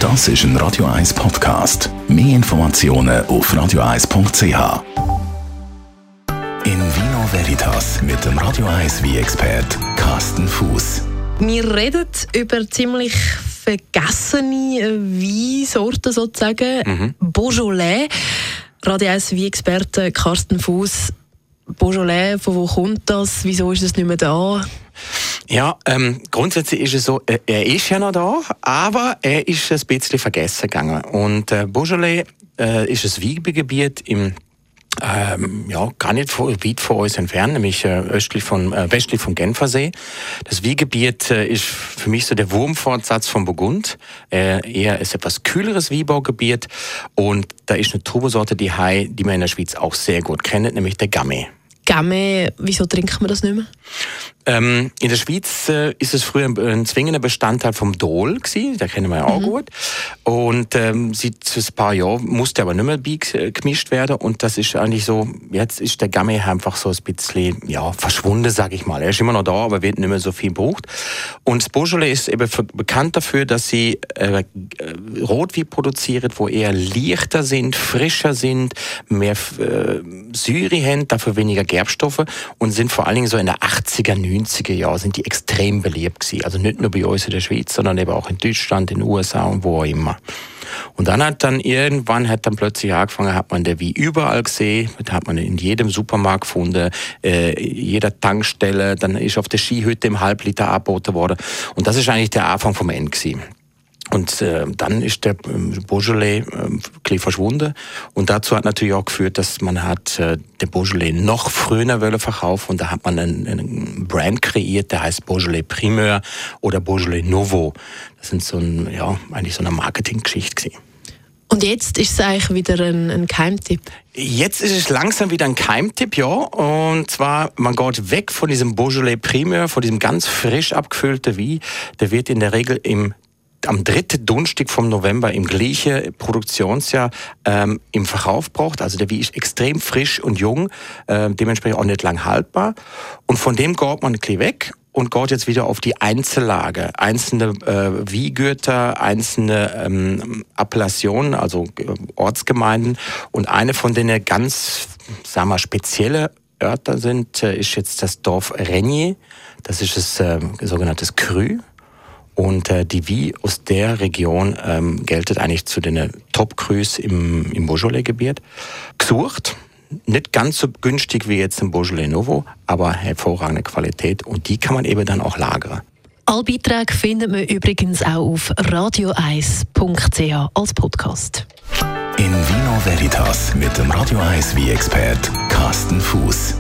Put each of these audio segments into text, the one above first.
Das ist ein Radio 1 Podcast. Mehr Informationen auf radio1.ch. In Vino Veritas mit dem Radio 1 Wein-Expert Carsten Fuß. Wir reden über ziemlich vergessene Weinsorten sozusagen. Beaujolais. Radio 1 Wein-Experte Carsten Fuß. Beaujolais, von wo kommt das? Wieso ist es nicht mehr da? Ja, grundsätzlich ist es so, er ist ja noch da, aber er ist ein bisschen vergessen gegangen. Und Beaujolais ist ein Weingebiet im gar nicht weit von uns entfernt, nämlich westlich vom Genfersee. Das Weingebiet ist für mich so der Wurmfortsatz von Burgund. Eher ist etwas kühleres Weinbaugebiet und da ist eine Trubesorte, die man in der Schweiz auch sehr gut kennt, nämlich der Gamay. Gamay, wieso trinkt man das nicht mehr? In der Schweiz ist es früher ein zwingender Bestandteil vom Dol gewesen, den kennen wir ja auch gut. Und seit ein paar Jahren musste aber nicht mehr gemischt werden. Und das ist eigentlich so, jetzt ist der Gamay einfach so ein bisschen verschwunden, sag ich mal. Er ist immer noch da, aber wird nicht mehr so viel gebraucht. Und das Beaujolais ist eben bekannt dafür, dass sie Rotwein produzieren, wo eher leichter sind, frischer sind, mehr Säure haben, dafür weniger Gerbstoffe und sind vor allen Dingen so in der 80er, 90er Jahren sind die extrem beliebt gewesen. Also nicht nur bei uns in der Schweiz, sondern eben auch in Deutschland, in den USA und wo auch immer. Und dann hat plötzlich angefangen, hat man den Wein überall gesehen, hat man in jedem Supermarkt gefunden, jeder Tankstelle, dann ist auf der Skihütte im Halbliter angeboten worden. Und das ist eigentlich der Anfang vom Ende gewesen. Und dann ist der Beaujolais verschwunden. Und dazu hat natürlich auch geführt, dass man den Beaujolais noch früher verkaufen. Und da hat man einen Brand kreiert, der heißt Beaujolais Primeur oder Beaujolais Nouveau. Das sind eigentlich so eine Marketinggeschichte gewesen. Und jetzt ist es eigentlich wieder ein Geheimtipp? Jetzt ist es langsam wieder ein Geheimtipp, ja. Und zwar, man geht weg von diesem Beaujolais Primeur, von diesem ganz frisch abgefüllten Wein. Der wird in der Regel am 3. Donnerstag vom November im gleichen Produktionsjahr im Verkauf gebracht. Also der Wein ist extrem frisch und jung, dementsprechend auch nicht lang haltbar. Und von dem geht man ein bisschen weg und geht jetzt wieder auf die Einzellage. Einzelne Weingüter, einzelne Appellationen, also Ortsgemeinden. Und eine von denen ganz, spezielle Örter ist jetzt das Dorf Régnier. Das ist das sogenannte Cru. Und die Weine aus der Region gelten eigentlich zu den Top-Crus im Beaujolais-Gebiet. Gesucht, nicht ganz so günstig wie jetzt im Beaujolais Nouveau, aber hervorragende Qualität und die kann man eben dann auch lagern. Alle Beiträge findet man übrigens auch auf radio1.ch als Podcast. In Vino Veritas mit dem Radio 1 Wein-Expert Carsten Fuß.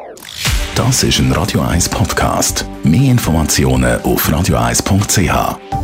Das ist ein Radio 1 Podcast. Mehr Informationen auf radio1.ch.